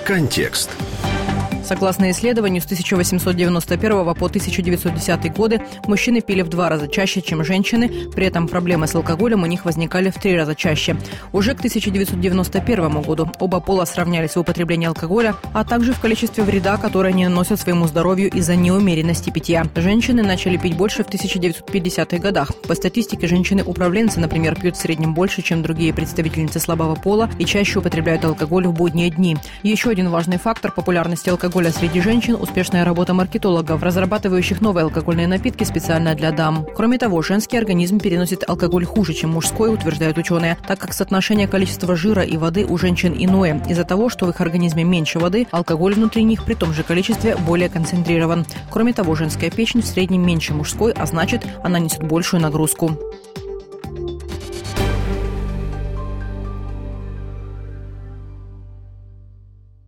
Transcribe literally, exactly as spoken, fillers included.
Контекст. Согласно исследованию, с тысяча восемьсот девяносто первого по тысяча девятьсот десятый годы мужчины пили в два раза чаще, чем женщины, при этом проблемы с алкоголем у них возникали в три раза чаще. Уже к тысяча девятьсот девяносто первому году оба пола сравнялись в употреблении алкоголя, а также в количестве вреда, которое они наносят своему здоровью из-за неумеренности питья. Женщины начали пить больше в тысяча девятьсот пятидесятых годах. По статистике, женщины-управленцы, например, пьют в среднем больше, чем другие представительницы слабого пола и чаще употребляют алкоголь в будние дни. Еще один важный фактор популярности алкоголя среди женщин – успешная работа маркетологов, разрабатывающих новые алкогольные напитки специально для дам. Кроме того, женский организм переносит алкоголь хуже, чем мужской, утверждают ученые, так как соотношение количества жира и воды у женщин иное. Из-за того, что в их организме меньше воды, алкоголь внутри них при том же количестве более концентрирован. Кроме того, женская печень в среднем меньше мужской, а значит, она несет большую нагрузку.